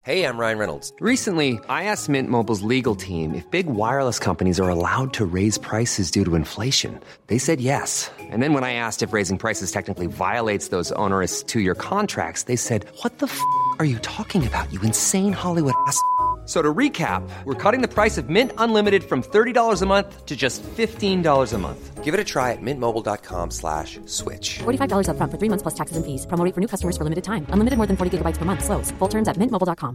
Hey, I'm Ryan Reynolds. Recently, I asked Mint Mobile's legal team if big wireless companies are allowed to raise prices due to inflation. They said yes. And then when I asked if raising prices technically violates those onerous two-year contracts, they said, "What the f*** are you talking about, you insane Hollywood ass?" So to recap, we're cutting the price of Mint Unlimited from $30 a month to just $15 a month. Give it a try at mintmobile.com/switch. $45 up front for 3 months plus taxes and fees. Promo rate for new customers for limited time. Unlimited more than 40 gigabytes per month. Slows full terms at mintmobile.com.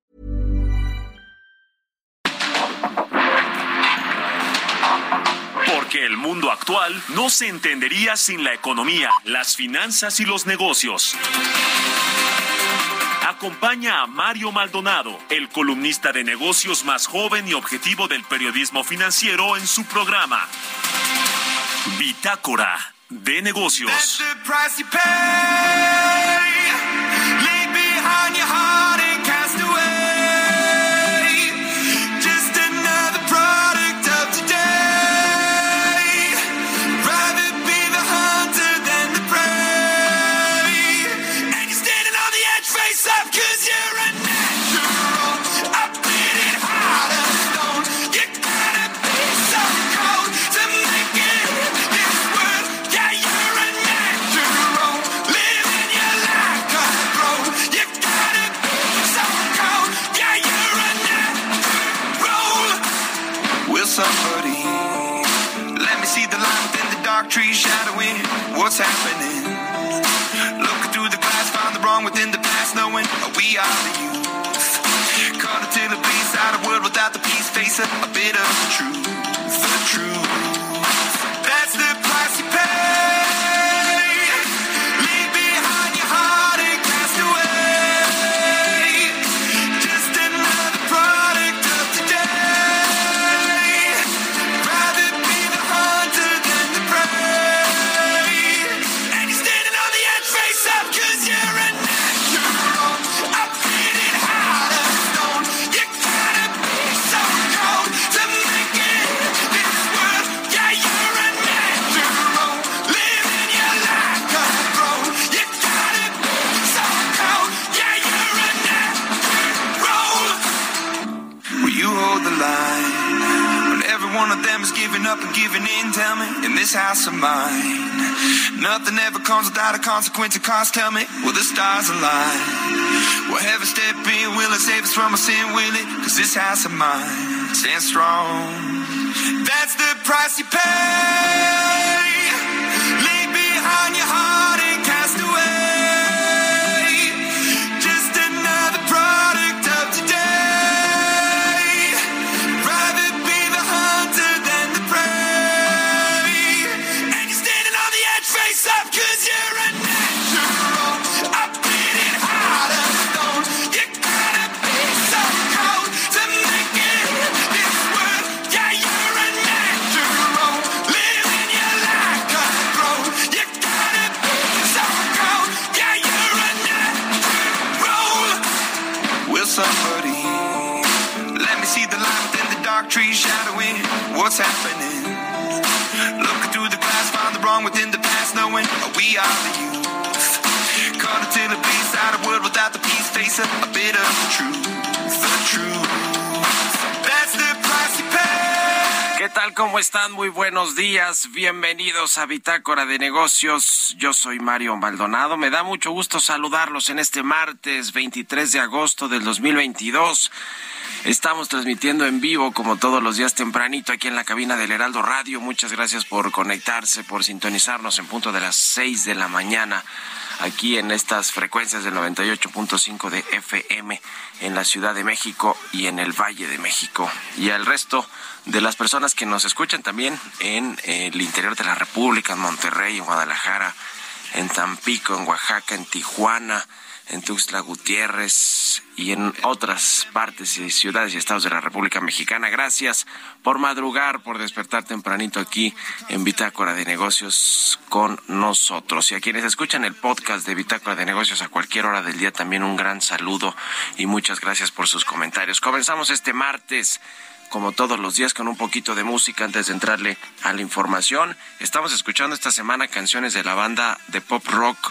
Porque el mundo actual no se entendería sin la economía, las finanzas y los negocios. Acompaña a Mario Maldonado, el columnista de negocios más joven y objetivo del periodismo financiero, en su programa Bitácora de Negocios. Trees shadowing what's happening. Looking through the glass, find the wrong within the past, knowing we are the youth. Caught until the peace out of world without the peace, face a bit of the truth. The truth. That's the price you pay. Leave behind your heart and cast away. Just another product of today. Rather be the hunter than the prey. And you're standing on the edge, face up, 'cause you're a natural. Up in it, heart of stone. You gotta be so cold to make it this world. Yeah, you're a natural. Living your life cutthroat. You gotta be so cold. Yeah, you're a natural. Will you hold the line when every one of them is giving up and giving in? Tell me, in this house of mine, nothing ever comes without a consequence of cost. Tell me, will the stars align? Will heaven step in? Will it save us from our sin? Will it? 'Cause this house of mine stands strong. That's the price you pay. Leave behind your heart and cast away. Just another product of today. Rather be the hunter than the prey. And you're standing on the edge, face up, 'cause you're a natural. Up in it, heart of stone. You gotta be so cold to make it this world. Yeah, you're a natural. Living your life cutthroat. You gotta be so cold. Yeah, you're a natural. Will somebody let me see the light within the dark trees shadowing what's happening? Looking through the glass, find the wrong within the past, knowing we are the youth. Caught until the peace out of world without the peace, face a bit of the truth. The truth. That's the price you pay. ¿Qué tal? ¿Cómo están? Muy buenos días. Bienvenidos a Bitácora de Negocios. Yo soy Mario Maldonado. Me da mucho gusto saludarlos en este martes 23 de agosto del 2022. Estamos transmitiendo en vivo, como todos los días tempranito, aquí en la cabina del Heraldo Radio. Muchas gracias por conectarse, por sintonizarnos en punto de las 6 de la mañana, aquí en estas frecuencias del 98.5 de FM en la Ciudad de México y en el Valle de México. Y al resto de las personas que nos escuchan también en el interior de la República, en Monterrey, en Guadalajara, en Tampico, en Oaxaca, en Tijuana, en Tuxtla Gutiérrez y en otras partes y ciudades y estados de la República Mexicana. Gracias por madrugar, por despertar tempranito aquí en Bitácora de Negocios con nosotros. Y a quienes escuchan el podcast de Bitácora de Negocios a cualquier hora del día, también un gran saludo y muchas gracias por sus comentarios. Comenzamos este martes, como todos los días, con un poquito de música antes de entrarle a la información. Estamos escuchando esta semana canciones de la banda de pop rock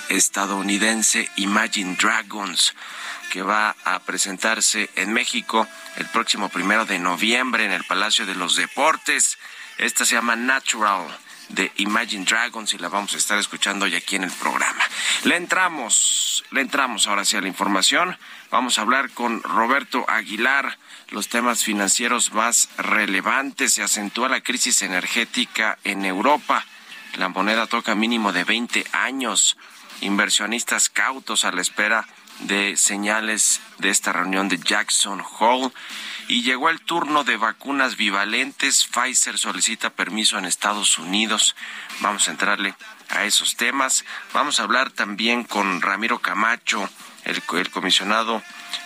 estadounidense Imagine Dragons, que va a presentarse en México el próximo 1 de noviembre en el Palacio de los Deportes. Esta se llama Natural, de Imagine Dragons, y la vamos a estar escuchando hoy aquí en el programa. Le entramos ahora sí a la información. Vamos a hablar con Roberto Aguilar los temas financieros más relevantes. Se acentúa la crisis energética en Europa. La moneda toca mínimo de 20 años. Inversionistas cautos a la espera de señales de esta reunión de Jackson Hole. Y llegó el turno de vacunas bivalentes. Pfizer solicita permiso en Estados Unidos. Vamos a entrarle a esos temas. Vamos a hablar también con Ramiro Camacho, el comisionado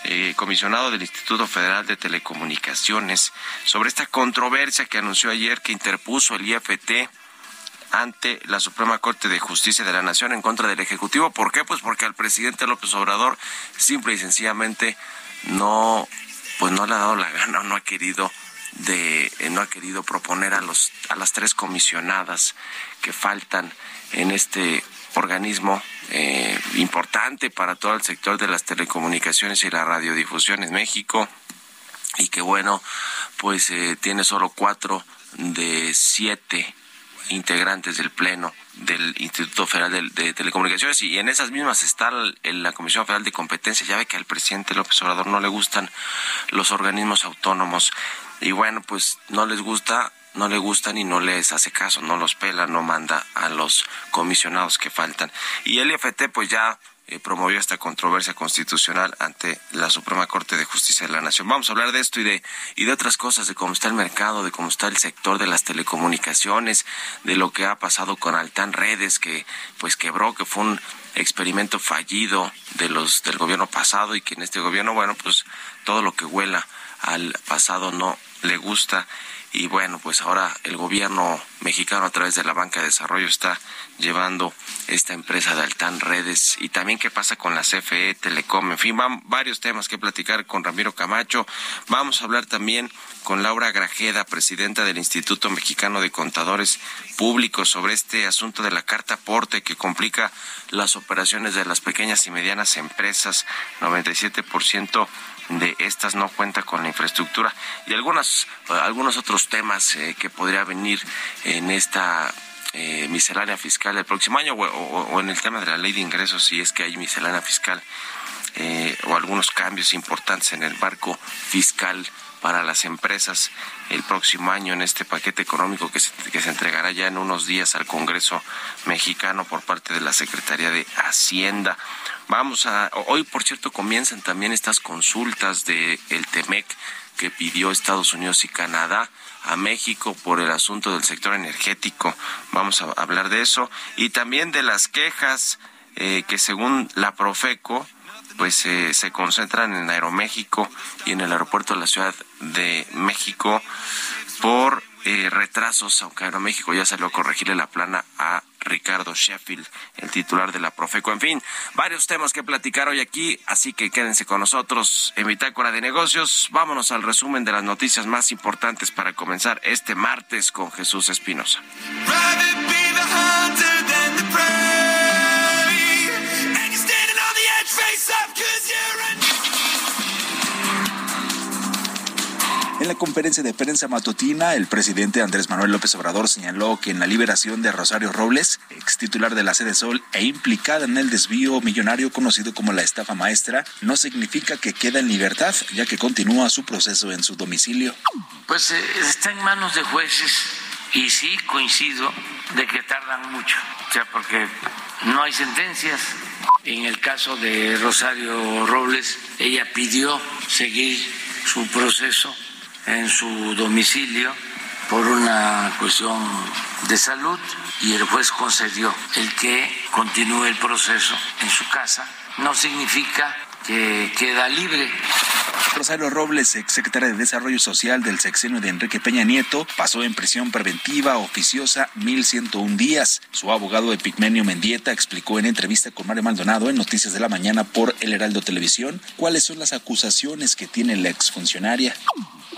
del Instituto Federal de Telecomunicaciones, sobre esta controversia que anunció ayer que interpuso el IFT ante la Suprema Corte de Justicia de la Nación en contra del Ejecutivo. ¿Por qué? Pues porque al presidente López Obrador simple y sencillamente no le ha dado la gana, no ha querido proponer a las 3 comisionadas que faltan en este organismo importante para todo el sector de las telecomunicaciones y la radiodifusión en México, y que pues tiene solo 4 de 7 integrantes del Pleno del Instituto Federal de Telecomunicaciones, y en esas mismas está la Comisión Federal de Competencia. Ya ve que al presidente López Obrador no le gustan los organismos autónomos, y pues no le gustan y no les hace caso, no los pela, no manda a los comisionados que faltan. Y el IFT pues ya promovió esta controversia constitucional ante la Suprema Corte de Justicia de la Nación. Vamos a hablar de esto y de otras cosas, de cómo está el mercado, de cómo está el sector de las telecomunicaciones, de lo que ha pasado con Altán Redes, que pues quebró, que fue un experimento fallido del gobierno pasado, y que en este gobierno, pues todo lo que huela al pasado no le gusta. Y pues ahora el gobierno mexicano a través de la Banca de Desarrollo está llevando esta empresa de Altán Redes. Y también qué pasa con la CFE Telecom. En fin, van varios temas que platicar con Ramiro Camacho. Vamos a hablar también con Laura Grajeda, presidenta del Instituto Mexicano de Contadores Públicos, sobre este asunto de la carta aporte que complica las operaciones de las pequeñas y medianas empresas. 97% de estas no cuenta con la infraestructura, y algunos otros temas que podría venir en esta miscelánea fiscal del próximo año, o en el tema de la ley de ingresos, si es que hay miscelánea fiscal, o algunos cambios importantes en el marco fiscal para las empresas el próximo año en este paquete económico que se entregará ya en unos días al Congreso mexicano por parte de la Secretaría de Hacienda. Hoy, por cierto, comienzan también estas consultas de el TEMEC que pidió Estados Unidos y Canadá a México por el asunto del sector energético. Vamos a hablar de eso, y también de las quejas que según la Profeco pues se concentran en Aeroméxico y en el aeropuerto de la Ciudad de México por retrasos, aunque Aeroméxico ya salió a corregirle la plana a Ricardo Sheffield, el titular de la Profeco. En fin, varios temas que platicar hoy aquí, así que quédense con nosotros en Bitácora de Negocios. Vámonos al resumen de las noticias más importantes para comenzar este martes con Jesús Espinosa. En la conferencia de prensa matutina, el presidente Andrés Manuel López Obrador señaló que en la liberación de Rosario Robles, ex titular de la Sede Sol e implicada en el desvío millonario conocido como la estafa maestra, no significa que queda en libertad, ya que continúa su proceso en su domicilio. Pues está en manos de jueces, y sí coincido de que tardan mucho, porque no hay sentencias. En el caso de Rosario Robles, ella pidió seguir su proceso en su domicilio por una cuestión de salud, y el juez concedió el que continúe el proceso en su casa. No significa que queda libre. Rosario Robles, exsecretaria de Desarrollo Social del sexenio de Enrique Peña Nieto, pasó en prisión preventiva oficiosa 1,101 días. Su abogado Epigmenio Mendieta explicó en entrevista con Mario Maldonado en Noticias de la Mañana por El Heraldo Televisión cuáles son las acusaciones que tiene la exfuncionaria.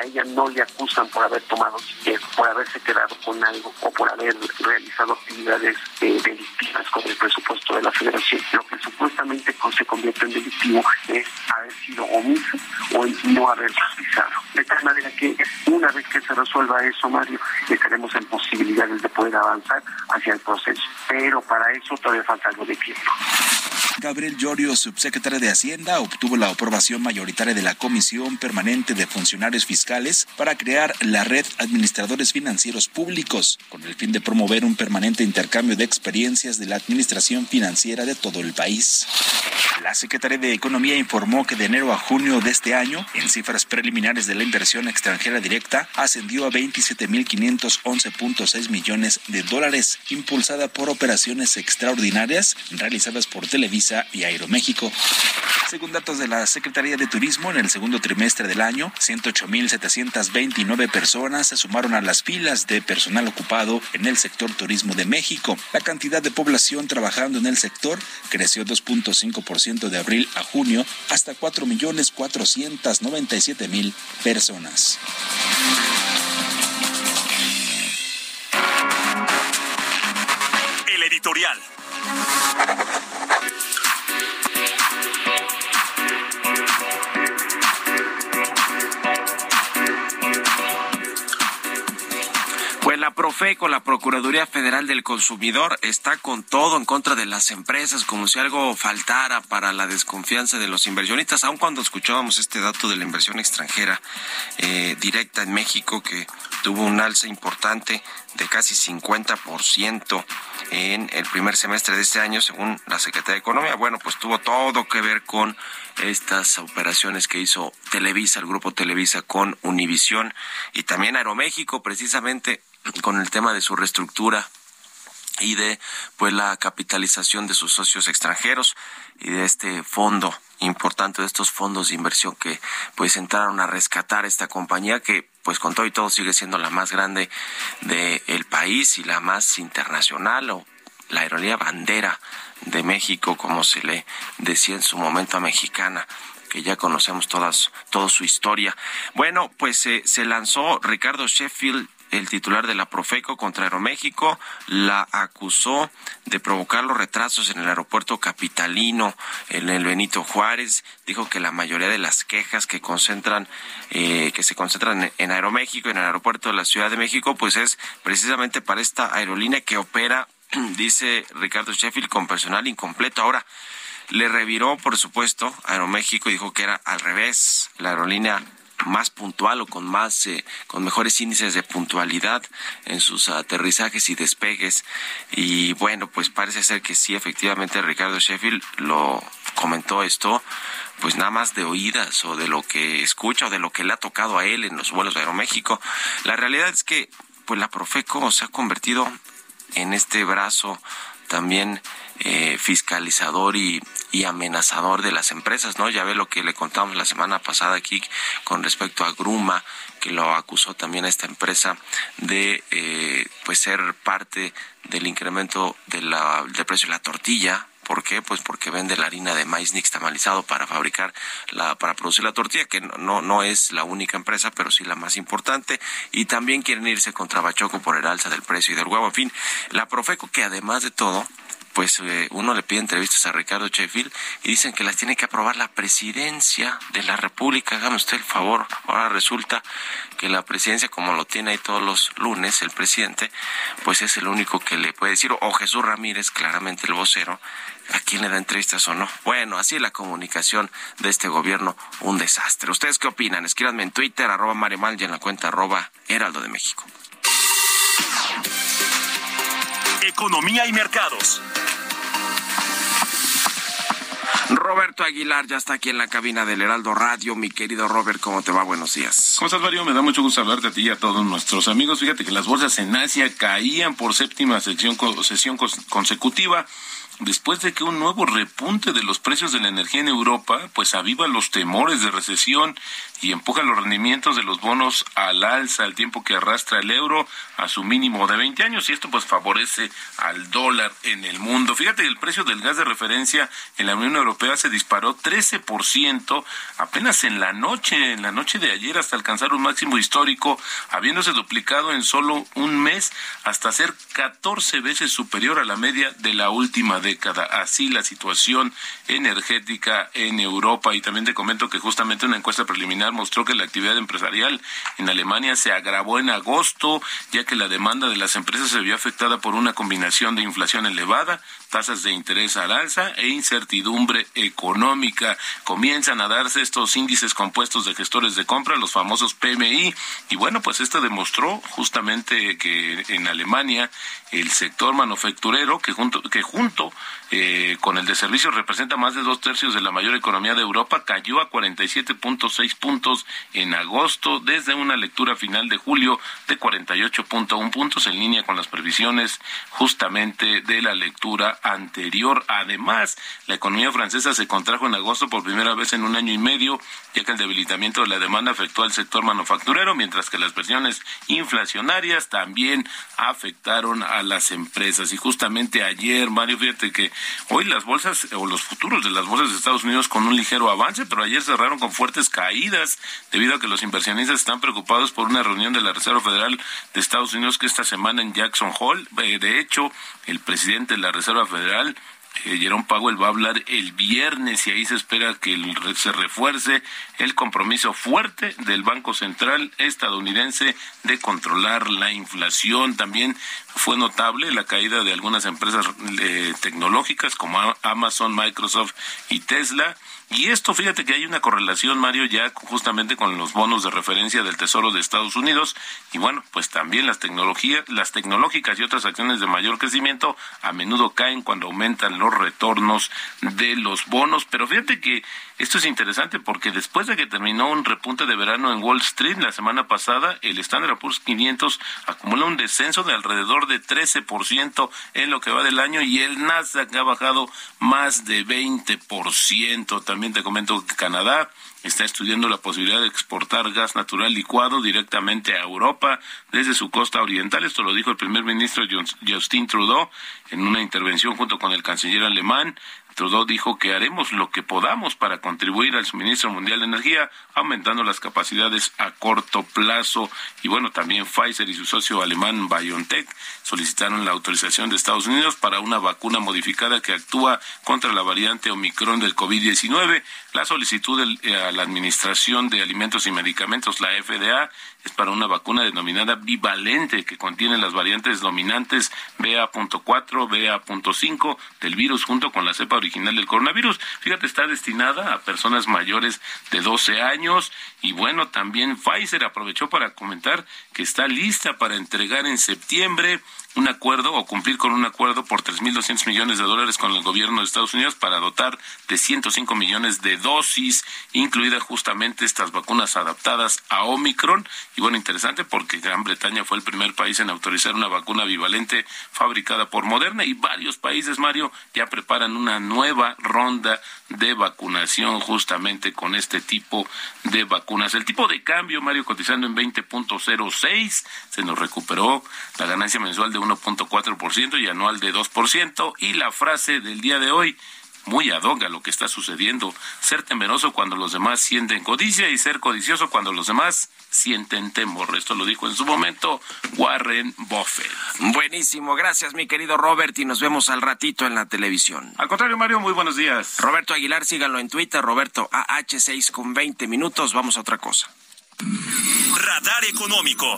a ella no le acusan por haber tomado dinero, por haberse quedado con algo o por haber realizado actividades delictivas con el presupuesto de la Federación. Lo que supuestamente se convierte en delictivo es haber sido omiso o en no haber realizado. De tal manera que una vez que se resuelva eso, Mario, estaremos en posibilidades de poder avanzar hacia el proceso. Pero para eso todavía falta algo de tiempo. Gabriel Llorio, subsecretario de Hacienda, obtuvo la aprobación mayoritaria de la Comisión Permanente de Funcionarios Fiscales para crear la Red Administradores Financieros Públicos, con el fin de promover un permanente intercambio de experiencias de la administración financiera de todo el país. La Secretaría de Economía informó que de enero a junio de este año, en cifras preliminares de la inversión extranjera directa, ascendió a 27.511.6 millones de dólares, impulsada por operaciones extraordinarias realizadas por Televisa y Aeroméxico. Según datos de la Secretaría de Turismo, en el segundo trimestre del año, 108.729 personas se sumaron a las filas de personal ocupado en el sector turismo de México. La cantidad de población trabajando en el sector creció 2.5% de abril a junio hasta 4.497.000 personas. El editorial. Pues la Profeco, la Procuraduría Federal del Consumidor, está con todo en contra de las empresas, como si algo faltara para la desconfianza de los inversionistas, aun cuando escuchábamos este dato de la inversión extranjera directa en México, que tuvo un alza importante de casi 50% en el primer semestre de este año, según la Secretaría de Economía. Bueno, pues tuvo todo que ver con estas operaciones que hizo Televisa, el grupo Televisa, con Univisión, y también Aeroméxico, precisamente con el tema de su reestructura y de pues la capitalización de sus socios extranjeros y de este fondo importante, de estos fondos de inversión que pues entraron a rescatar esta compañía que pues con todo y todo sigue siendo la más grande del país y la más internacional, o la aerolínea bandera de México, como se le decía en su momento a Mexicana, que ya conocemos toda su historia. Bueno, pues se lanzó Ricardo Sheffield, el titular de la Profeco, contra Aeroméxico. La acusó de provocar los retrasos en el aeropuerto capitalino, en el Benito Juárez. Dijo que la mayoría de las quejas que se concentran en Aeroméxico, en el aeropuerto de la Ciudad de México, pues es precisamente para esta aerolínea que opera, dice Ricardo Sheffield, con personal incompleto. Ahora, le reviró, por supuesto, Aeroméxico y dijo que era al revés, la aerolínea más puntual o con mejores índices de puntualidad en sus aterrizajes y despegues. Y bueno, pues parece ser que sí, efectivamente Ricardo Sheffield lo comentó esto, pues nada más de oídas, o de lo que escucha, o de lo que le ha tocado a él en los vuelos de Aeroméxico. La realidad es que pues la Profeco se ha convertido en este brazo también fiscalizador y amenazador de las empresas, ¿no? Ya ve lo que le contamos la semana pasada aquí con respecto a Gruma, que lo acusó también a esta empresa de pues ser parte del incremento del precio de la tortilla. ¿Por qué? Pues porque vende la harina de maíz nixtamalizado para producir la tortilla, que no es la única empresa, pero sí la más importante. Y también quieren irse contra Bachoco por el alza del precio y del huevo. En fin, la Profeco, que además de todo, pues uno le pide entrevistas a Ricardo Sheffield y dicen que las tiene que aprobar la presidencia de la República. Hágame usted el favor. Ahora resulta que la presidencia, como lo tiene ahí todos los lunes el presidente, pues es el único que le puede decir, o Jesús Ramírez, claramente el vocero, a quién le da entrevistas o no. Bueno, así es la comunicación de este gobierno, un desastre. ¿Ustedes qué opinan? Escríbanme en Twitter, @MarioMal, y en la cuenta @Heraldo de México. Economía y mercados. Roberto Aguilar ya está aquí en la cabina del Heraldo Radio. Mi querido Robert, ¿cómo te va? Buenos días. ¿Cómo estás, Mario? Me da mucho gusto hablarte a ti y a todos nuestros amigos. Fíjate que las bolsas en Asia caían por séptima sesión consecutiva, después de que un nuevo repunte de los precios de la energía en Europa pues aviva los temores de recesión y empuja los rendimientos de los bonos al alza, al tiempo que arrastra el euro a su mínimo de 20 años, y esto pues favorece al dólar en el mundo. Fíjate que el precio del gas de referencia en la Unión Europea europea se disparó 13% apenas en la noche de ayer, hasta alcanzar un máximo histórico, habiéndose duplicado en solo un mes hasta ser 14 veces superior a la media de la última década. Así la situación energética en Europa. Y también te comento que justamente una encuesta preliminar mostró que la actividad empresarial en Alemania se agravó en agosto, ya que la demanda de las empresas se vio afectada por una combinación de inflación elevada, tasas de interés al alza e incertidumbre económica. Comienzan a darse estos índices compuestos de gestores de compra, los famosos PMI, y bueno, pues esto demostró justamente que en Alemania el sector manufacturero, que junto con el de servicios representa más de 2/3 de la mayor economía de Europa, cayó a 47.6 puntos en agosto, desde una lectura final de julio de 48.1 puntos, en línea con las previsiones justamente de la lectura anterior. Además, la economía francesa se contrajo en agosto por primera vez en un año y medio, ya que el debilitamiento de la demanda afectó al sector manufacturero, mientras que las presiones inflacionarias también afectaron a las empresas. Y justamente ayer, Mario, fíjate que hoy las bolsas o los futuros de las bolsas de Estados Unidos con un ligero avance, pero ayer cerraron con fuertes caídas debido a que los inversionistas están preocupados por una reunión de la Reserva Federal de Estados Unidos que esta semana en Jackson Hole. De hecho, el presidente de la Reserva Federal, Jerome Powell, va a hablar el viernes, y ahí se espera que se refuerce el compromiso fuerte del Banco Central estadounidense de controlar la inflación. También fue notable la caída de algunas empresas tecnológicas como Amazon, Microsoft y Tesla. Y esto, fíjate que hay una correlación, Mario, ya justamente con los bonos de referencia del Tesoro de Estados Unidos. Y bueno, pues también las tecnológicas y otras acciones de mayor crecimiento a menudo caen cuando aumentan los retornos de los bonos. Pero fíjate que esto es interesante porque después de que terminó un repunte de verano en Wall Street la semana pasada, el Standard & Poor's 500 acumula un descenso de alrededor de 13% en lo que va del año, y el Nasdaq ha bajado más de 20%. También te comento que Canadá está estudiando la posibilidad de exportar gas natural licuado directamente a Europa desde su costa oriental. Esto lo dijo el primer ministro Justin Trudeau en una intervención junto con el canciller alemán. Trudeau dijo que haremos lo que podamos para contribuir al suministro mundial de energía, aumentando las capacidades a corto plazo. Y bueno, también Pfizer y su socio alemán BioNTech solicitaron la autorización de Estados Unidos para una vacuna modificada que actúa contra la variante Omicron del COVID-19. La solicitud a la Administración de Alimentos y Medicamentos, la FDA, es para una vacuna denominada bivalente que contiene las variantes dominantes BA.4, BA.5 del virus junto con la cepa original del coronavirus. Fíjate, está destinada a personas mayores de 12 años. Y bueno, también Pfizer aprovechó para comentar que está lista para entregar en septiembre un acuerdo o cumplir con un acuerdo por $3,200 millones con el gobierno de Estados Unidos para dotar de 105 millones de dosis, incluidas justamente estas vacunas adaptadas a Omicron. Y bueno, interesante porque Gran Bretaña fue el primer país en autorizar una vacuna bivalente fabricada por Moderna, y varios países, Mario, ya preparan una nueva ronda de vacunación justamente con este tipo de vacunas. El tipo de cambio, Mario, cotizando en 20.06, se nos recuperó la ganancia mensual de 1.4% y anual de 2%. Y la frase del día de hoy, muy ad hoc a lo que está sucediendo: ser temeroso cuando los demás sienten codicia y ser codicioso cuando los demás sienten temor. Esto lo dijo en su momento Warren Buffett. Buenísimo, gracias mi querido Robert, y nos vemos al ratito en la televisión. Al contrario, Mario, muy buenos días. Roberto Aguilar, síganlo en Twitter, Roberto AH6 con 20 minutos. Vamos a otra cosa. Radar Económico.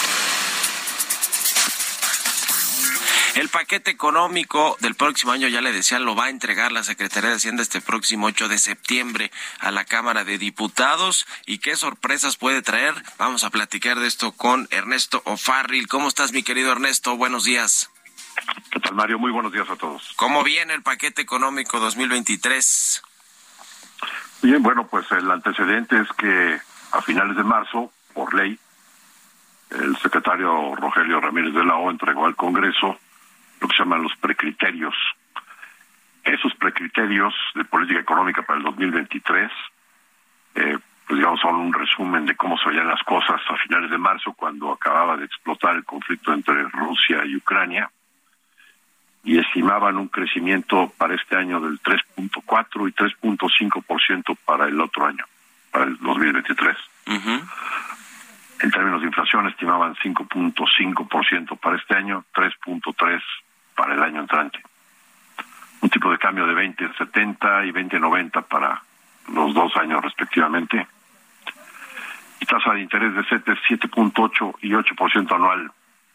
El paquete económico del próximo año, ya le decía, lo va a entregar la Secretaría de Hacienda este próximo 8 de septiembre a la Cámara de Diputados. ¿Y qué sorpresas puede traer? Vamos a platicar de esto con Ernesto O'Farrill. ¿Cómo estás, mi querido Ernesto? Buenos días. ¿Qué tal, Mario? Muy buenos días a todos. ¿Cómo viene el paquete económico 2023? Bien, bueno, pues el antecedente es que a finales de marzo, por ley, el secretario Rogelio Ramírez de la O entregó al Congreso lo que se llaman los precriterios. Esos precriterios de política económica para el 2023, pues digamos, son un resumen de cómo se veían las cosas a finales de marzo, cuando acababa de explotar el conflicto entre Rusia y Ucrania. y estimaban un crecimiento para este año del 3.4 y 3.5% para el otro año, para el 2023. En términos de inflación estimaban 5.5% para este año, 3.3% para el año entrante. Un tipo de cambio de 20.70 y 20.90 para los 2 años respectivamente. Y tasa de interés de CETES 7.8 y 8% anual.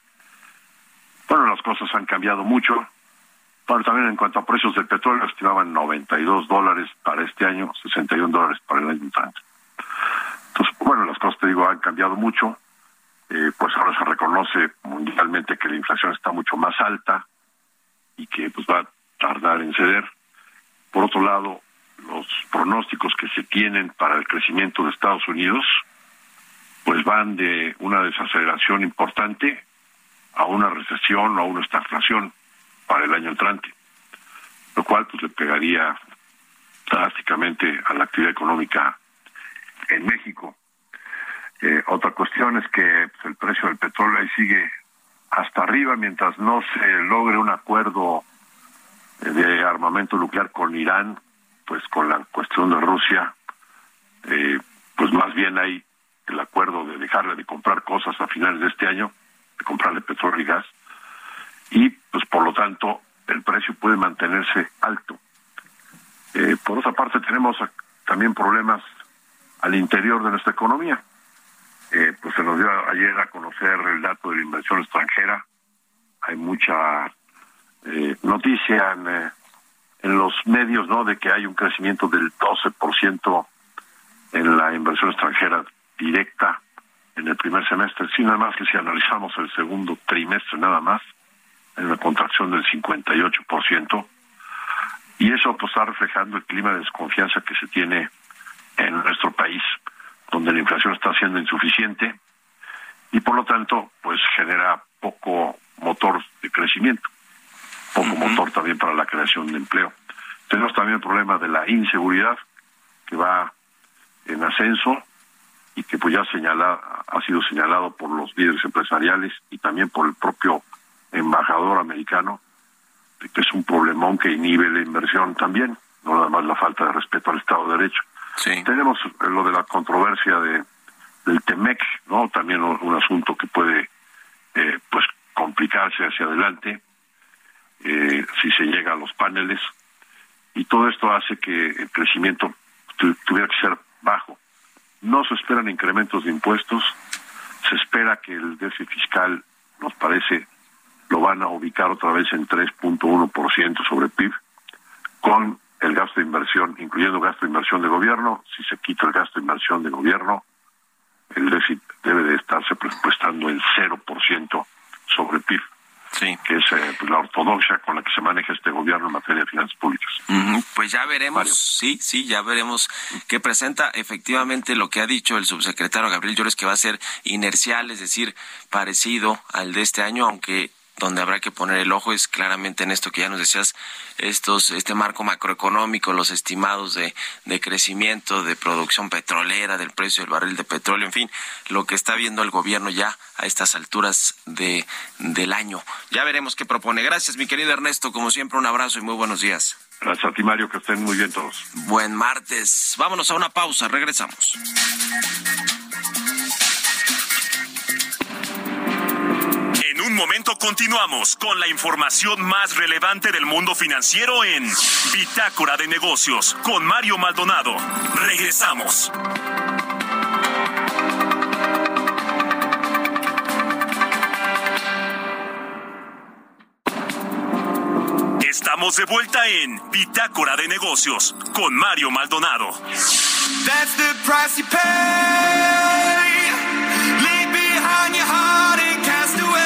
Bueno, las cosas han cambiado mucho. Bueno, también en cuanto a precios del petróleo, estimaban $92 para este año, $61 para el año entrante. Entonces, bueno, las cosas, te digo, han cambiado mucho. Pues ahora se reconoce mundialmente que la inflación está mucho más alta y que pues va a tardar en ceder. Por otro lado, los pronósticos que se tienen para el crecimiento de Estados Unidos pues van de una desaceleración importante a una recesión o a una estagflación para el año entrante, lo cual pues le pegaría drásticamente a la actividad económica en México. Otra cuestión es que pues, el precio del petróleo ahí sigue hasta arriba mientras no se logre un acuerdo de armamento nuclear con Irán, pues con la cuestión de Rusia, pues más bien hay el acuerdo de dejarle de comprar cosas a finales de este año, de comprarle petróleo y gas, y pues por lo tanto el precio puede mantenerse alto. Por otra parte tenemos también problemas al interior de nuestra economía. Pues se nos dio ayer a conocer el dato de la inversión extranjera. Hay mucha noticia en los medios, ¿no?, de que hay un crecimiento del 12% en la inversión extranjera directa en el primer semestre. Sí, nada más que si analizamos el segundo trimestre nada más, hay una contracción del 58%, y eso pues está reflejando el clima de desconfianza que se tiene en nuestro país, donde la inflación está siendo insuficiente y por lo tanto pues genera poco motor de crecimiento, poco motor también para la creación de empleo. Tenemos también el problema de la inseguridad, que va en ascenso y que pues ya ha sido señalado por los líderes empresariales y también por el propio embajador americano, de que es un problemón que inhibe la inversión también, no nada más la falta de respeto al Estado de Derecho. Sí. Tenemos lo de la controversia del TEMEC, ¿no? También un asunto que puede pues complicarse hacia adelante si se llega a los paneles, y todo esto hace que el crecimiento tuviera que ser bajo. No se esperan incrementos de impuestos, se espera que el déficit fiscal, nos parece, lo van a ubicar otra vez en 3.1% sobre PIB, con el gasto de inversión, incluyendo gasto de inversión de gobierno. Si se quita el gasto de inversión de gobierno, el déficit debe de estarse presupuestando en 0% sobre PIB, sí, que es pues, la ortodoxia con la que se maneja este gobierno en materia de finanzas públicas. Pues ya veremos, Mario. Sí, ya veremos qué presenta. Efectivamente, lo que ha dicho el subsecretario Gabriel Llorens, que va a ser inercial, es decir, parecido al de este año, aunque donde habrá que poner el ojo es claramente en esto que ya nos decías, este marco macroeconómico, los estimados de crecimiento, de producción petrolera, del precio del barril de petróleo, en fin, lo que está viendo el gobierno ya a estas alturas del año. Ya veremos qué propone. Gracias, mi querido Ernesto, como siempre, un abrazo y muy buenos días. Gracias a ti, Mario, que estén muy bien todos. Buen martes. Vámonos a una pausa, regresamos. En un momento continuamos con la información más relevante del mundo financiero en Bitácora de Negocios con Mario Maldonado. Regresamos. Estamos de vuelta en Bitácora de Negocios con Mario Maldonado. That's the price you pay. Leave behind your heart and cast away.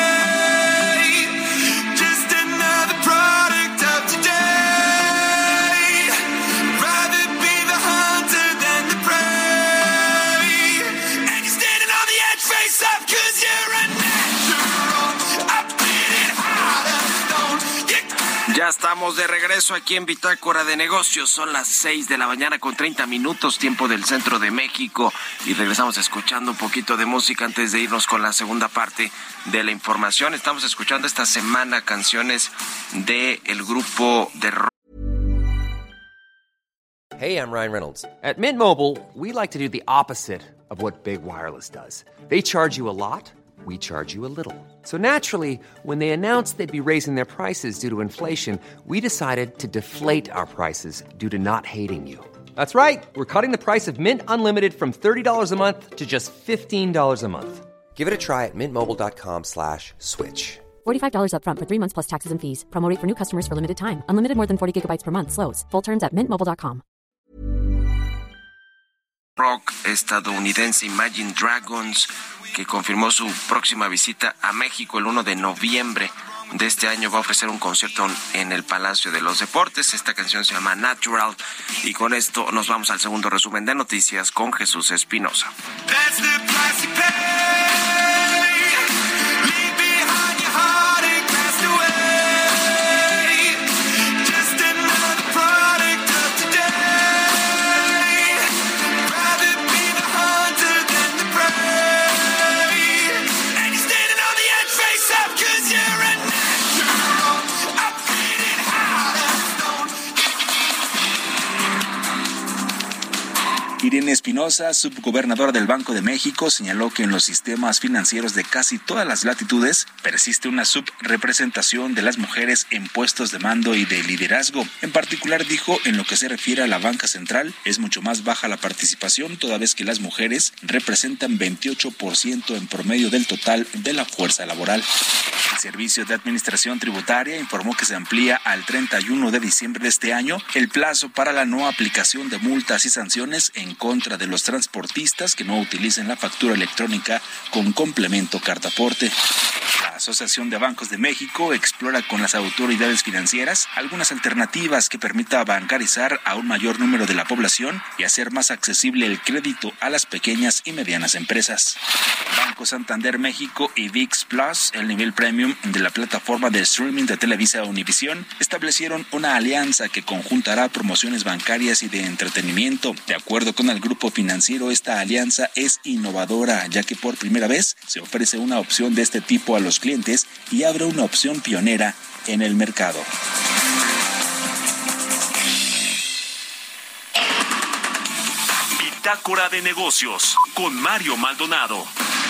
Just another product of today. Rather be the hunter than the prey. And you're standing on the edge, face up, 'cause you're a natural. I put it hard as stone. Ya estamos Estamos de regreso aquí en Bitácora de Negocios. Son las 6 de la mañana con 30 minutos, tiempo del centro de México. Y regresamos escuchando un poquito de música antes de irnos con la segunda parte de la información. Estamos escuchando esta semana canciones del grupo de rock. Hey, I'm Ryan Reynolds. At Mint Mobile, we like to do the opposite of what Big Wireless does. They charge you a lot, we charge you a little. So naturally, when they announced they'd be raising their prices due to inflation, we decided to deflate our prices due to not hating you. That's right. We're cutting the price of Mint Unlimited from $30 a month to just $15 a month. Give it a try at mintmobile.com/switch. $45 up front for 3 months plus taxes and fees. Promo rate for new customers for limited time. Unlimited more than 40 gigabytes per month. Slows full terms at mintmobile.com. Rock estadounidense Imagine Dragons, que confirmó su próxima visita a México el 1 de noviembre de este año. Va a ofrecer un concierto en el Palacio de los Deportes. Esta canción se llama Natural. Y con esto nos vamos al segundo resumen de noticias con Jesús Espinosa. That's the price you pay. Leave behind your heart and cast away. Just another product of today. Rather be the hunter than the prey. And you're standing on the edge, face up, 'cause you're a natural. I'm feeling hot as stone. Irene Espinosa, subgobernadora del Banco de México, señaló que en los sistemas financieros de casi todas las latitudes persiste una subrepresentación de las mujeres en puestos de mando y de liderazgo. En particular, dijo, en lo que se refiere a la banca central, es mucho más baja la participación, toda vez que las mujeres representan 28% en promedio del total de la fuerza laboral. El Servicio de Administración Tributaria informó que se amplía al 31 de diciembre de este año el plazo para la no aplicación de multas y sanciones en contra de los transportistas que no utilicen la factura electrónica con complemento cartaporte. La Asociación de Bancos de México explora con las autoridades financieras algunas alternativas que permita bancarizar a un mayor número de la población y hacer más accesible el crédito a las pequeñas y medianas empresas. Banco Santander México y ViX Plus, el nivel premium de la plataforma de streaming de Televisa Univisión, establecieron una alianza que conjuntará promociones bancarias y de entretenimiento. De acuerdo con el grupo financiero, esta alianza es innovadora, ya que por primera vez se ofrece una opción de este tipo a los clientes y abre una opción pionera en el mercado. Bitácora de Negocios con Mario Maldonado.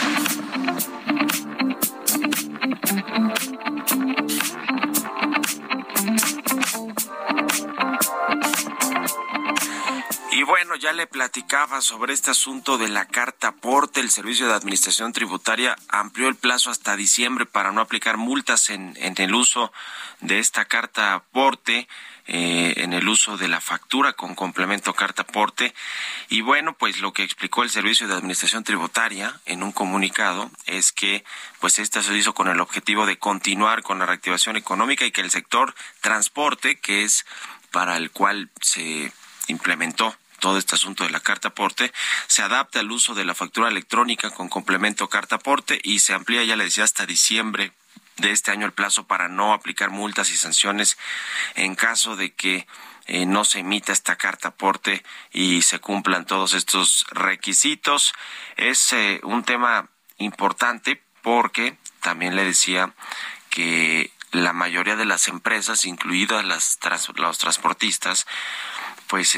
Y bueno, ya le platicaba sobre este asunto de la carta aporte. El Servicio de Administración Tributaria amplió el plazo hasta diciembre para no aplicar multas en el uso de esta carta aporte, en el uso de la factura con complemento carta aporte. Y bueno, pues lo que explicó el Servicio de Administración Tributaria en un comunicado es que pues esto se hizo con el objetivo de continuar con la reactivación económica y que el sector transporte, que es para el cual se implementó todo este asunto de la carta aporte, se adapta al uso de la factura electrónica con complemento carta aporte y se amplía, ya le decía, hasta diciembre de este año el plazo para no aplicar multas y sanciones en caso de que no se emita esta carta aporte y se cumplan todos estos requisitos. Es un tema importante porque también le decía que la mayoría de las empresas, incluidas los transportistas, pues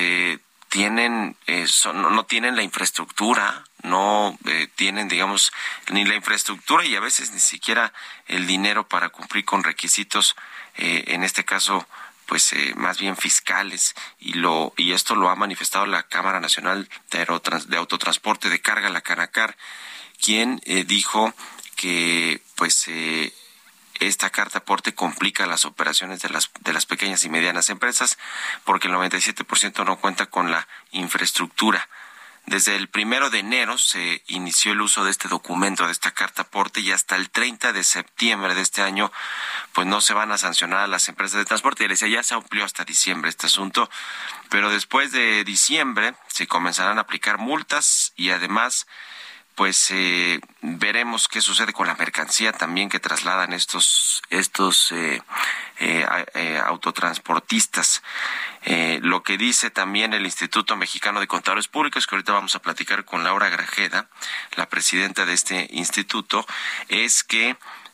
no tienen la infraestructura, no tienen, digamos, ni la infraestructura y a veces ni siquiera el dinero para cumplir con requisitos, en este caso, pues más bien fiscales, y esto lo ha manifestado la Cámara Nacional de Autotransporte de Carga, la Canacar, quien dijo que pues esta carta aporte complica las operaciones de las pequeñas y medianas empresas porque el 97% no cuenta con la infraestructura. Desde el 1 de enero se inició el uso de este documento, de esta carta aporte, y hasta el 30 de septiembre de este año pues no se van a sancionar a las empresas de transporte. Y les decía, ya se amplió hasta diciembre este asunto, pero después de diciembre se comenzarán a aplicar multas y además pues veremos qué sucede con la mercancía también que trasladan estos autotransportistas. Lo que dice también el Instituto Mexicano de Contadores Públicos, que ahorita vamos a platicar con Laura Grajeda, la presidenta de este instituto, es que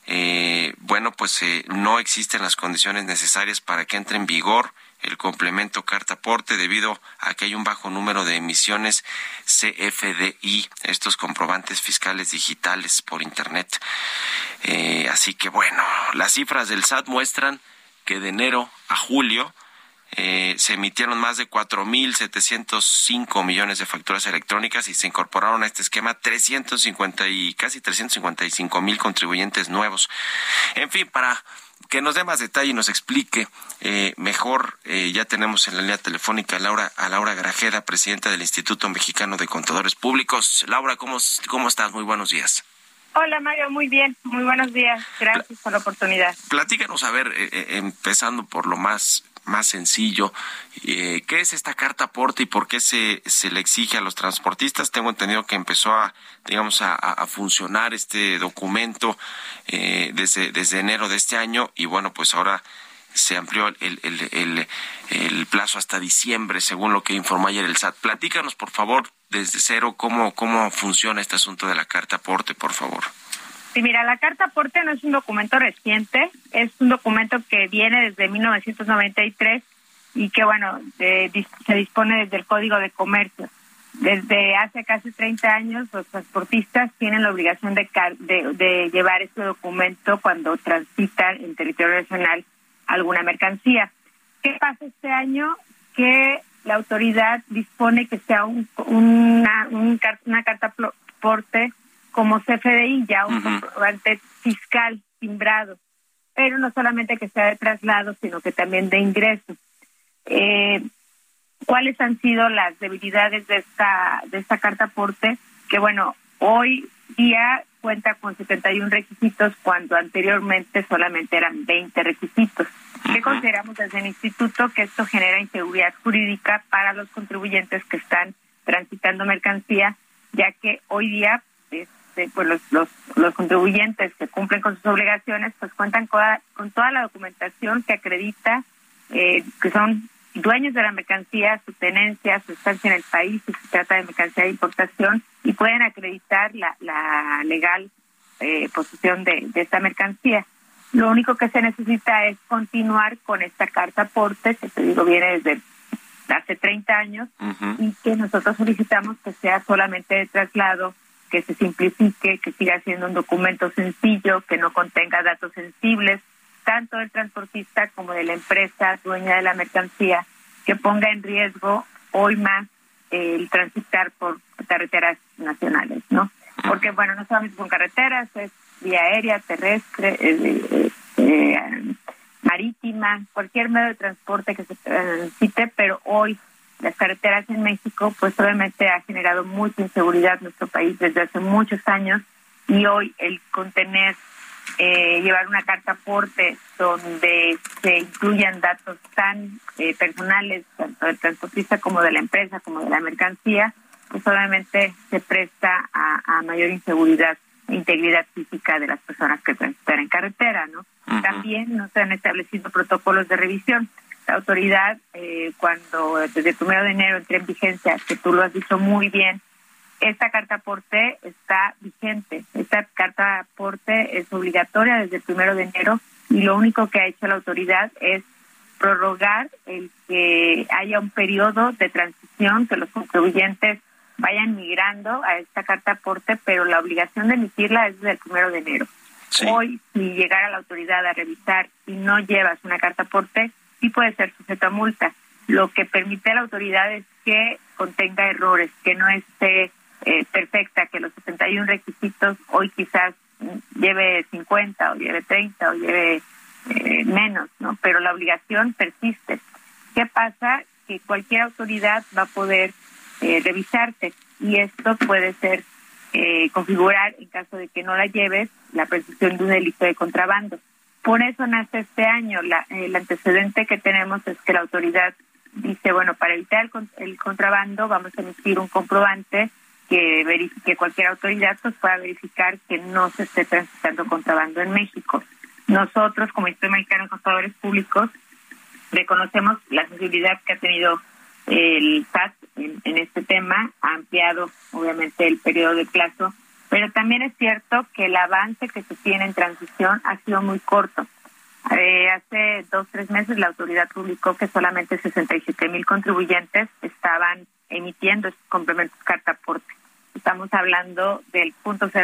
no existen las condiciones necesarias para que entre en vigor el complemento carta aporte debido a que hay un bajo número de emisiones CFDI, estos comprobantes fiscales digitales por internet. Así que bueno, las cifras del SAT muestran que de enero a julio se emitieron más de 4.705 millones de facturas electrónicas y se incorporaron a este esquema casi 355,000 contribuyentes nuevos. En fin, para que nos dé más detalle y nos explique mejor, ya tenemos en la línea telefónica a Laura Grajeda, presidenta del Instituto Mexicano de Contadores Públicos. Laura, ¿cómo estás? Muy buenos días. Hola Mario, muy bien, muy buenos días. Gracias por la oportunidad. Platícanos, a ver, empezando por lo más sencillo, ¿qué es esta carta aporte y por qué se le exige a los transportistas? Tengo entendido que empezó a funcionar este documento desde enero de este año y bueno, pues ahora se amplió el plazo hasta diciembre, según lo que informó ayer el SAT. Platícanos, por favor, desde cero, cómo funciona este asunto de la carta aporte, por favor. Sí, mira, la carta aporte no es un documento reciente, es un documento que viene desde 1993 y que, bueno, se dispone desde el Código de Comercio. Desde hace casi 30 años, los transportistas tienen la obligación de llevar este documento cuando transitan en territorio nacional alguna mercancía. ¿Qué pasa este año? Que la autoridad dispone que sea una carta aporte como CFDI, ya un comprobante fiscal timbrado, pero no solamente que sea de traslado, sino que también de ingreso. ¿Cuáles han sido las debilidades de esta carta aporte? Que bueno, hoy día cuenta con 71 requisitos cuando anteriormente solamente eran 20 requisitos. ¿Qué consideramos desde el instituto? Que esto genera inseguridad jurídica para los contribuyentes que están transitando mercancía, ya que hoy día pues los contribuyentes que cumplen con sus obligaciones pues cuentan con toda la documentación que acredita que son dueños de la mercancía, su tenencia, su estancia en el país, si se trata de mercancía de importación, y pueden acreditar la legal posesión de esta mercancía. Lo único que se necesita es continuar con esta carta aporte, que te digo viene desde hace 30 años, y que nosotros solicitamos que sea solamente de traslado, que se simplifique, que siga siendo un documento sencillo, que no contenga datos sensibles, tanto del transportista como de la empresa dueña de la mercancía, que ponga en riesgo hoy más el transitar por carreteras nacionales, ¿no? Porque, bueno, no solamente son carreteras, es vía aérea, terrestre, marítima, cualquier medio de transporte que se transite, pero hoy las carreteras en México, pues obviamente ha generado mucha inseguridad en nuestro país desde hace muchos años, y hoy el contener, llevar una carta aporte donde se incluyan datos tan personales, tanto del transportista como de la empresa, como de la mercancía, pues obviamente se presta a mayor inseguridad e integridad física de las personas que transitan en carretera, ¿no? También no se han establecido protocolos de revisión. La autoridad, cuando desde el 1 de enero entró en vigencia, que tú lo has dicho muy bien, esta carta aporte está vigente. Esta carta aporte es obligatoria desde el 1 de enero y lo único que ha hecho la autoridad es prorrogar el que haya un periodo de transición, que los contribuyentes vayan migrando a esta carta aporte, pero la obligación de emitirla es desde el 1 de enero. Sí. Hoy, si llegara la autoridad a revisar y no llevas una carta aporte, sí puede ser sujeto a multa. Lo que permite a la autoridad es que contenga errores, que no esté perfecta, que los 71 requisitos hoy quizás lleve 50 o lleve 30 o lleve menos, ¿no? Pero la obligación persiste. ¿Qué pasa? Que cualquier autoridad va a poder revisarte, y esto puede ser configurar, en caso de que no la lleves, la presunción de un delito de contrabando. Por eso nace este año. El antecedente que tenemos es que la autoridad dice, bueno, para evitar el contrabando vamos a emitir un comprobante que cualquier autoridad pues pueda verificar que no se esté transitando contrabando en México. Nosotros, como Instituto Mexicano de Contadores Públicos, reconocemos la sensibilidad que ha tenido el SAT en este tema, ha ampliado obviamente el periodo de plazo, pero también es cierto que el avance que se tiene en transición ha sido muy corto. Hace 2-3 meses la autoridad publicó que solamente 67,000 contribuyentes estaban emitiendo estos complementos carta aporte. Estamos hablando del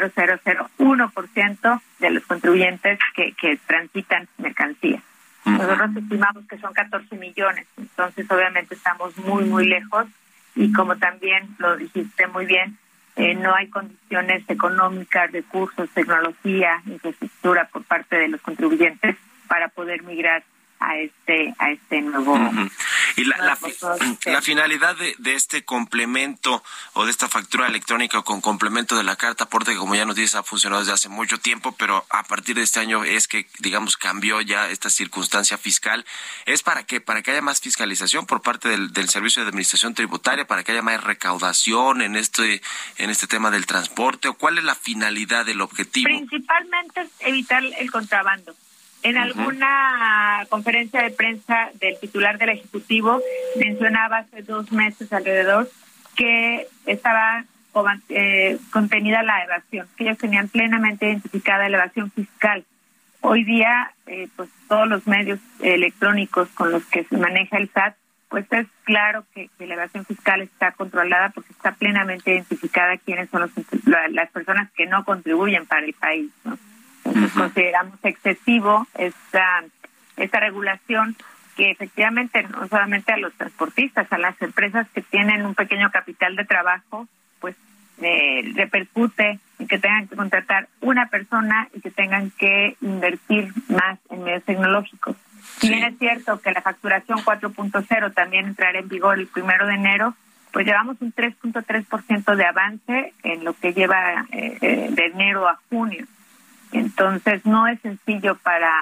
0.0001% de los contribuyentes que transitan mercancías. Nosotros estimamos que son 14 millones, entonces obviamente estamos muy, muy lejos y como también lo dijiste muy bien, no hay condiciones económicas, recursos, tecnología, infraestructura por parte de los contribuyentes para poder migrar a este nuevo. Y la finalidad de este complemento o de esta factura electrónica con complemento de la carta aporte, que como ya nos dices ha funcionado desde hace mucho tiempo, pero a partir de este año es que, digamos, cambió ya esta circunstancia fiscal. ¿Es para qué? Para que haya más fiscalización por parte del Servicio de Administración Tributaria, para que haya más recaudación en este tema del transporte, o ¿cuál es la finalidad del objetivo? Principalmente es evitar el contrabando. En alguna conferencia de prensa del titular del Ejecutivo mencionaba hace 2 meses alrededor que estaba contenida la evasión, que ellos tenían plenamente identificada la evasión fiscal. Hoy día, pues todos los medios electrónicos con los que se maneja el SAT, pues es claro que la evasión fiscal está controlada porque está plenamente identificada quiénes son las personas que no contribuyen para el país, ¿no? Entonces consideramos excesivo esta regulación que efectivamente no solamente a los transportistas, a las empresas que tienen un pequeño capital de trabajo, pues repercute en que tengan que contratar una persona y que tengan que invertir más en medios tecnológicos. Si bien es cierto que la facturación 4.0 también entrará en vigor el 1 de enero, pues llevamos un 3.3% de avance en lo que lleva de enero a junio. Entonces no es sencillo para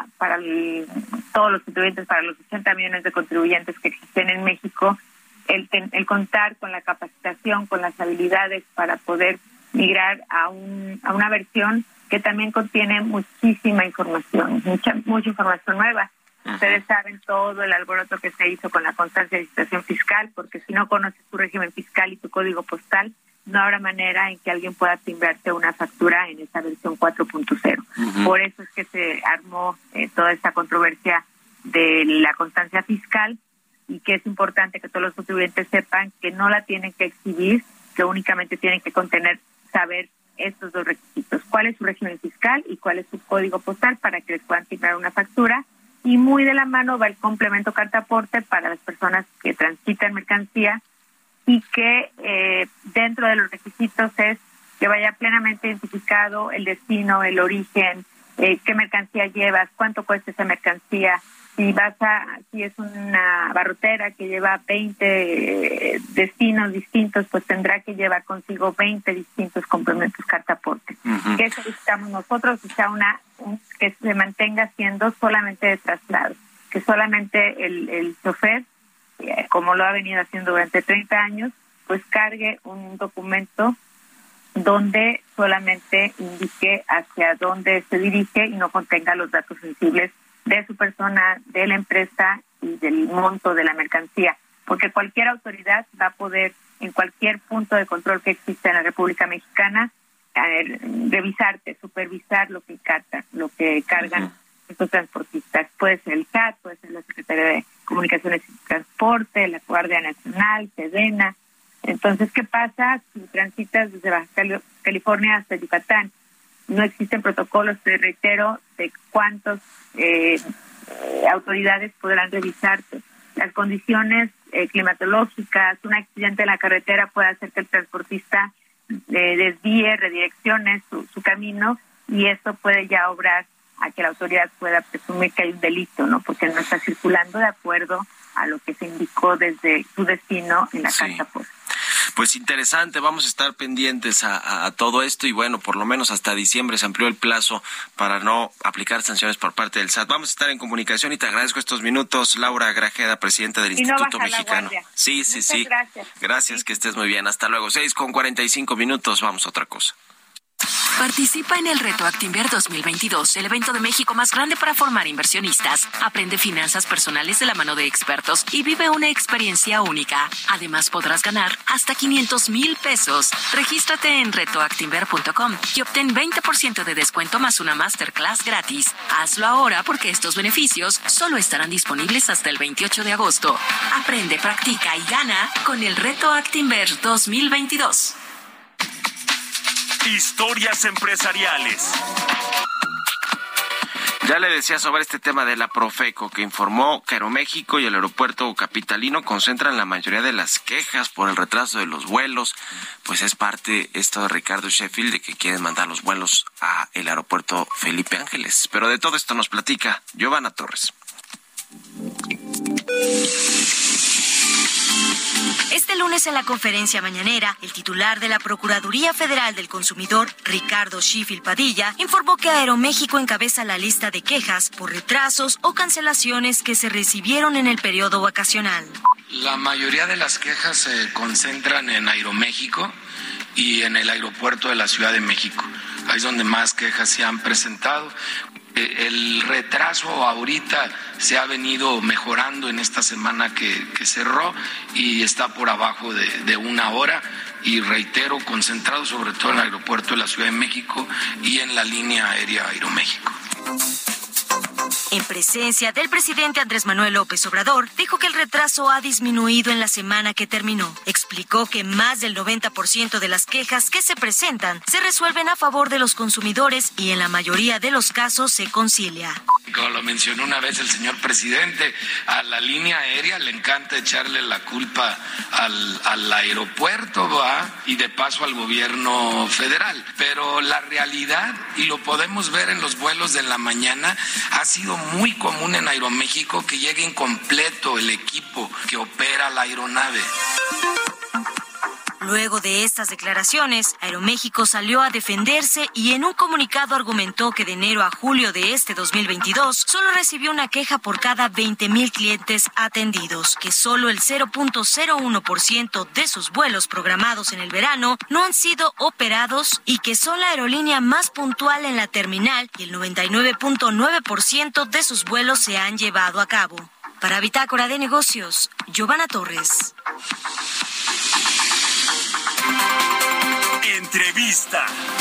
todos los contribuyentes, para los 80 millones de contribuyentes que existen en México, el contar con la capacitación, con las habilidades para poder migrar a una versión que también contiene muchísima información, mucha información nueva. Ustedes saben todo el alboroto que se hizo con la constancia de situación fiscal, porque si no conoces tu régimen fiscal y tu código postal, no habrá manera en que alguien pueda timbrarte una factura en esa versión 4.0. Por eso es que se armó toda esta controversia de la constancia fiscal y que es importante que todos los contribuyentes sepan que no la tienen que exhibir, que únicamente tienen que saber estos 2 requisitos: cuál es su régimen fiscal y cuál es su código postal para que les puedan timbrar una factura. Y muy de la mano va el complemento carta aporte para las personas que transitan mercancía y que dentro de los requisitos es que vaya plenamente identificado el destino, el origen, qué mercancía llevas, cuánto cuesta esa mercancía. Si es una barrotera que lleva 20 destinos distintos, pues tendrá que llevar consigo 20 distintos complementos carta aporte. ¿Qué solicitamos nosotros? O sea, que se mantenga siendo solamente de traslado, que solamente el chofer, como lo ha venido haciendo durante 30 años, pues cargue un documento donde solamente indique hacia dónde se dirige y no contenga los datos sensibles de su persona, de la empresa y del monto de la mercancía, porque cualquier autoridad va a poder, en cualquier punto de control que exista en la República Mexicana, revisarte, supervisar lo que cargan estos transportistas. Puede ser el SAT, puede ser la Secretaría de Comunicaciones y Transporte, la Guardia Nacional, Sedena. Entonces, ¿qué pasa si transitas desde Baja California hasta Yucatán? No existen protocolos, te reitero, de cuántas autoridades podrán revisarte. Las condiciones climatológicas, un accidente en la carretera puede hacer que el transportista desvíe, redireccione su camino, y eso puede ya obrar a que la autoridad pueda presumir que hay un delito, ¿no? Porque no está circulando de acuerdo a lo que se indicó desde su destino en la carta aporte. Pues interesante, vamos a estar pendientes a todo esto y bueno, por lo menos hasta diciembre se amplió el plazo para no aplicar sanciones por parte del SAT. Vamos a estar en comunicación y te agradezco estos minutos, Laura Grajeda, presidenta del Instituto Mexicano. Sí. Gracias, que estés muy bien. Hasta luego. 6:45, vamos a otra cosa. Participa en el Reto Actinver 2022, el evento de México más grande para formar inversionistas. Aprende finanzas personales de la mano de expertos y vive una experiencia única. Además, podrás ganar hasta 500,000 pesos. Regístrate en retoactinver.com y obtén 20% de descuento más una masterclass gratis. Hazlo ahora porque estos beneficios solo estarán disponibles hasta el 28 de agosto. Aprende, practica y gana con el Reto Actinver 2022. Historias empresariales. Ya le decía sobre este tema de la Profeco, que informó que Aeroméxico y el aeropuerto capitalino concentran la mayoría de las quejas por el retraso de los vuelos. Pues es parte esto de Ricardo Sheffield de que quieren mandar los vuelos a el aeropuerto Felipe Ángeles. Pero de todo esto nos platica Giovanna Torres. Este lunes en la conferencia mañanera, el titular de la Procuraduría Federal del Consumidor, Ricardo Sheffield Padilla, informó que Aeroméxico encabeza la lista de quejas por retrasos o cancelaciones que se recibieron en el periodo vacacional. La mayoría de las quejas se concentran en Aeroméxico y en el aeropuerto de la Ciudad de México. Ahí es donde más quejas se han presentado. El retraso ahorita se ha venido mejorando en esta semana que cerró y está por abajo de una hora y reitero, concentrado sobre todo en el aeropuerto de la Ciudad de México y en la línea aérea Aeroméxico. En presencia del presidente Andrés Manuel López Obrador, dijo que el retraso ha disminuido en la semana que terminó. Explicó que más del 90% de las quejas que se presentan se resuelven a favor de los consumidores y en la mayoría de los casos se concilia. Como lo mencionó una vez el señor presidente, a la línea aérea le encanta echarle la culpa al aeropuerto, ¿va? Y de paso al gobierno federal. Pero la realidad, y lo podemos ver en los vuelos de la mañana, ha sido muy común en Aeroméxico que llegue incompleto el equipo que opera la aeronave. Luego de estas declaraciones, Aeroméxico salió a defenderse y en un comunicado argumentó que de enero a julio de este 2022 solo recibió una queja por cada 20,000 clientes atendidos, que solo el 0.01% de sus vuelos programados en el verano no han sido operados y que son la aerolínea más puntual en la terminal y el 99.9% de sus vuelos se han llevado a cabo. Para Bitácora de Negocios, Giovanna Torres. Entrevista.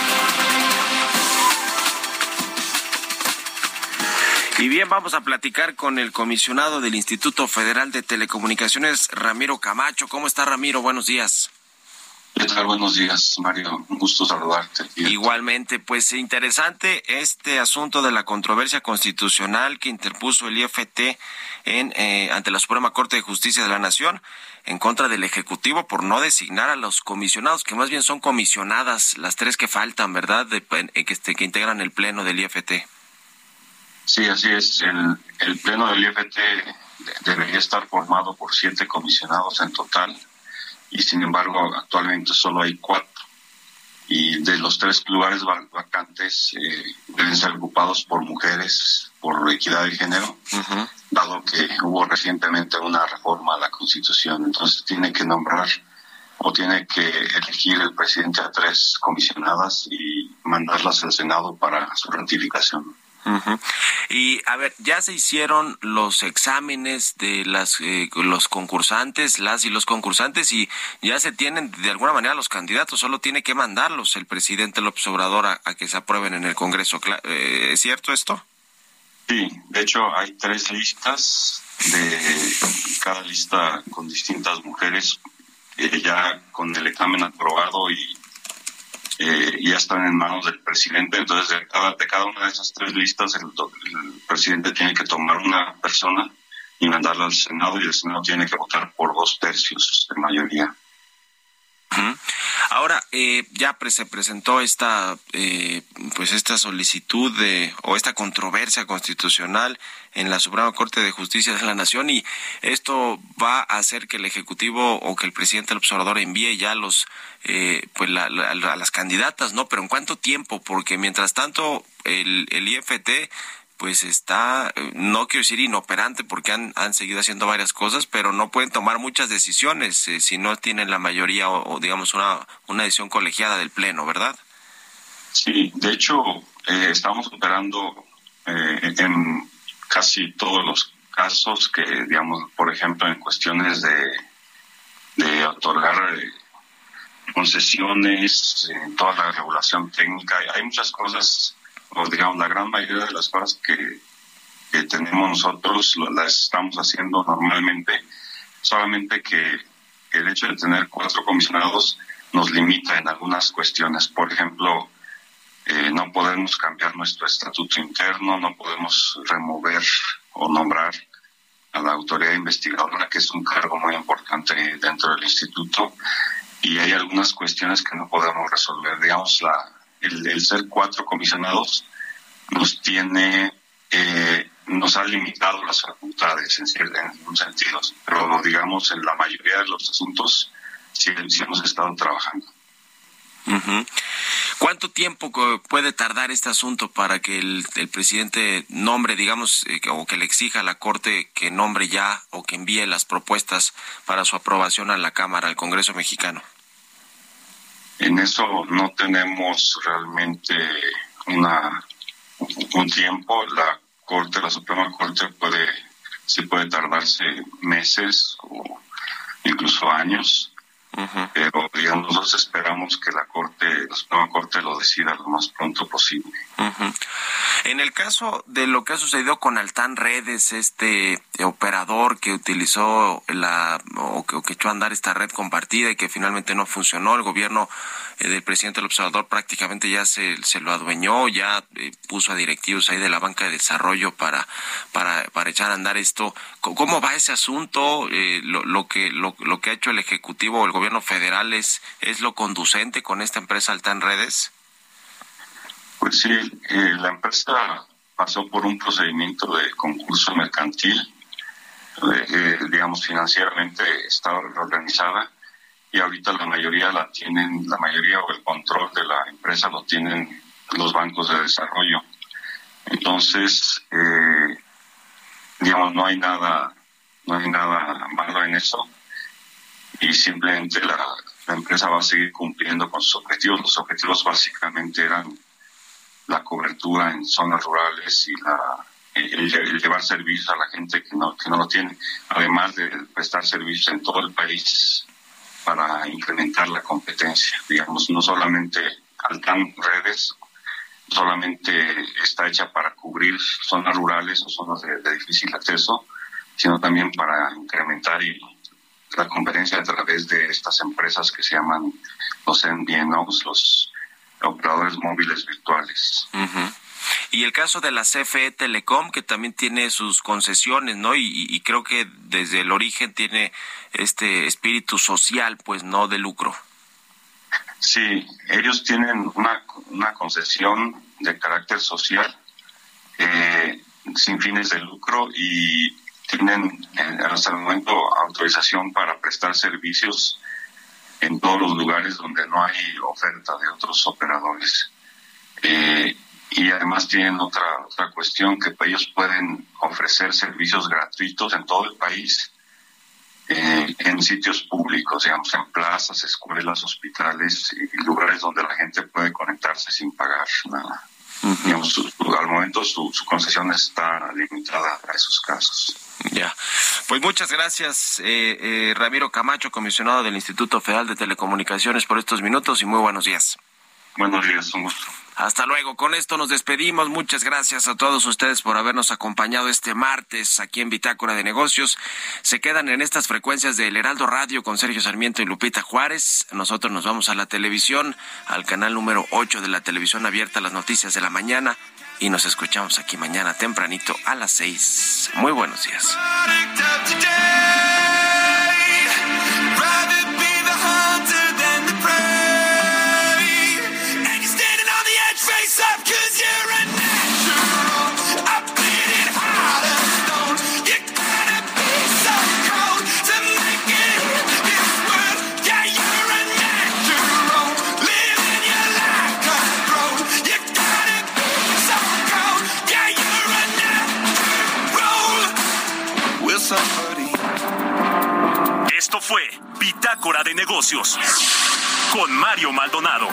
Y bien, vamos a platicar con el comisionado del Instituto Federal de Telecomunicaciones, Ramiro Camacho. ¿Cómo está, Ramiro? Buenos días. ¿Qué tal? Buenos días, Mario. Un gusto saludarte. Igualmente, pues interesante este asunto de la controversia constitucional que interpuso el IFT ante la Suprema Corte de Justicia de la Nación en contra del Ejecutivo por no designar a los comisionados, que más bien son comisionadas, las tres que faltan, ¿verdad?, que integran el Pleno del IFT. Sí, así es. El Pleno del IFT debería estar formado por 7 comisionados en total, y sin embargo actualmente solo hay 4. Y de los 3 lugares vacantes deben ser ocupados por mujeres, por equidad de género, dado que hubo recientemente una reforma a la Constitución. Entonces tiene que nombrar o tiene que elegir el presidente a 3 comisionadas y mandarlas al Senado para su ratificación. Y a ver, ya se hicieron los exámenes de los concursantes, las y los concursantes, y ya se tienen de alguna manera los candidatos, solo tiene que mandarlos el presidente López Obrador a que se aprueben en el Congreso. ¿Es cierto esto? Sí, de hecho hay 3 listas, de cada lista con distintas mujeres, ya con el examen aprobado y ya están en manos del presidente. Entonces de cada una de esas 3 listas el presidente tiene que tomar una persona y mandarla al Senado, y el Senado tiene que votar por 2/3 de mayoría. Ahora, ya se presentó esta solicitud o esta controversia constitucional en la Suprema Corte de Justicia de la Nación, y esto va a hacer que el Ejecutivo o que el presidente López Obrador envíe ya a las candidatas, ¿no? Pero ¿en cuánto tiempo? Porque mientras tanto el IFT pues está, no quiero decir inoperante, porque han seguido haciendo varias cosas, pero no pueden tomar muchas decisiones si no tienen la mayoría o digamos una decisión colegiada del Pleno, ¿verdad? Sí, de hecho estamos operando en casi todos los casos que, digamos, por ejemplo, en cuestiones de otorgar concesiones, en toda la regulación técnica. Hay muchas cosas, o digamos la gran mayoría de las cosas que tenemos nosotros las estamos haciendo normalmente, solamente que el hecho de tener 4 comisionados nos limita en algunas cuestiones. Por ejemplo, no podemos cambiar nuestro estatuto interno, no podemos remover o nombrar a la autoridad investigadora, que es un cargo muy importante dentro del instituto, y hay algunas cuestiones que no podemos resolver. Digamos, el ser 4 comisionados nos ha limitado las facultades en un sentido, pero digamos en la mayoría de los asuntos sí hemos estado trabajando. Uh-huh. ¿Cuánto tiempo puede tardar este asunto para que el presidente nombre, digamos, o que le exija a la Corte que nombre ya o que envíe las propuestas para su aprobación a la Cámara, al Congreso mexicano? En eso no tenemos realmente un tiempo. La Suprema Corte puede tardarse meses o incluso años. Uh-huh. Pero digamos, nosotros esperamos que la Suprema Corte lo decida lo más pronto posible. Uh-huh. En el caso de lo que ha sucedido con Altán Redes, este operador que utilizó que echó a andar esta red compartida y que finalmente no funcionó, el gobierno del presidente López Obrador prácticamente ya se lo adueñó, ya puso a directivos ahí de la banca de desarrollo para echar a andar esto. ¿Cómo va ese asunto? Lo que ha hecho el Ejecutivo o el gobierno federal es lo conducente con esta empresa Altán Redes. Pues sí, la empresa pasó por un procedimiento de concurso mercantil, digamos financieramente estaba reorganizada, y ahorita la mayoría o el control de la empresa lo tienen los bancos de desarrollo. Entonces, digamos, no hay nada malo en eso, y simplemente la empresa va a seguir cumpliendo con sus objetivos. Los objetivos básicamente eran la cobertura en zonas rurales y el llevar servicios a la gente que no lo tiene, además de prestar servicios en todo el país para incrementar la competencia. Digamos, no solamente Altán Redes solamente está hecha para cubrir zonas rurales o zonas de difícil acceso, sino también para incrementar la competencia a través de estas empresas que se llaman los MVNOs, los operadores móviles virtuales. Uh-huh. Y el caso de la CFE Telecom, que también tiene sus concesiones, ¿no? Y creo que desde el origen tiene este espíritu social, pues no de lucro. Sí, ellos tienen una concesión de carácter social sin fines de lucro, y tienen hasta el momento autorización para prestar servicios en todos los lugares donde no hay oferta de otros operadores. Y además tienen otra cuestión, que ellos pueden ofrecer servicios gratuitos en todo el país, en sitios públicos, digamos, en plazas, escuelas, hospitales y lugares donde la gente puede conectarse sin pagar nada. Uh-huh. Digamos, al momento su concesión está limitada a esos casos. Ya, pues muchas gracias, Ramiro Camacho, comisionado del Instituto Federal de Telecomunicaciones, por estos minutos, y muy buenos días. Buenos días, un gusto. Hasta luego. Con esto nos despedimos. Muchas gracias a todos ustedes por habernos acompañado este martes aquí en Bitácora de Negocios. Se quedan en estas frecuencias del Heraldo Radio con Sergio Sarmiento y Lupita Juárez. Nosotros nos vamos a la televisión, al canal número 8 de la televisión abierta, las noticias de la mañana, y nos escuchamos aquí mañana tempranito a las 6. Muy buenos días. Rather be the hunter than the Bitácora de Negocios con Mario Maldonado.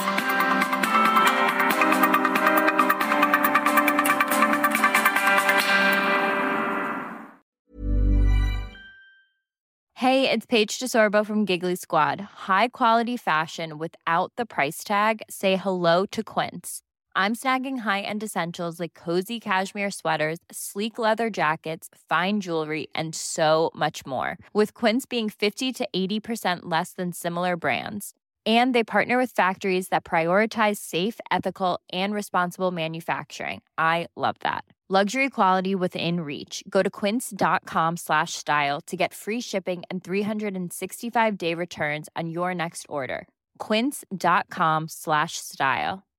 Hey, it's Paige DeSorbo from Giggly Squad. High quality fashion without the price tag. Say hello to Quince. I'm snagging high-end essentials like cozy cashmere sweaters, sleek leather jackets, fine jewelry, and so much more. With Quince being 50 to 80% less than similar brands. And they partner with factories that prioritize safe, ethical, and responsible manufacturing. I love that. Luxury quality within reach. Go to quince.com/style to get free shipping and 365-day returns on your next order. Quince.com/style.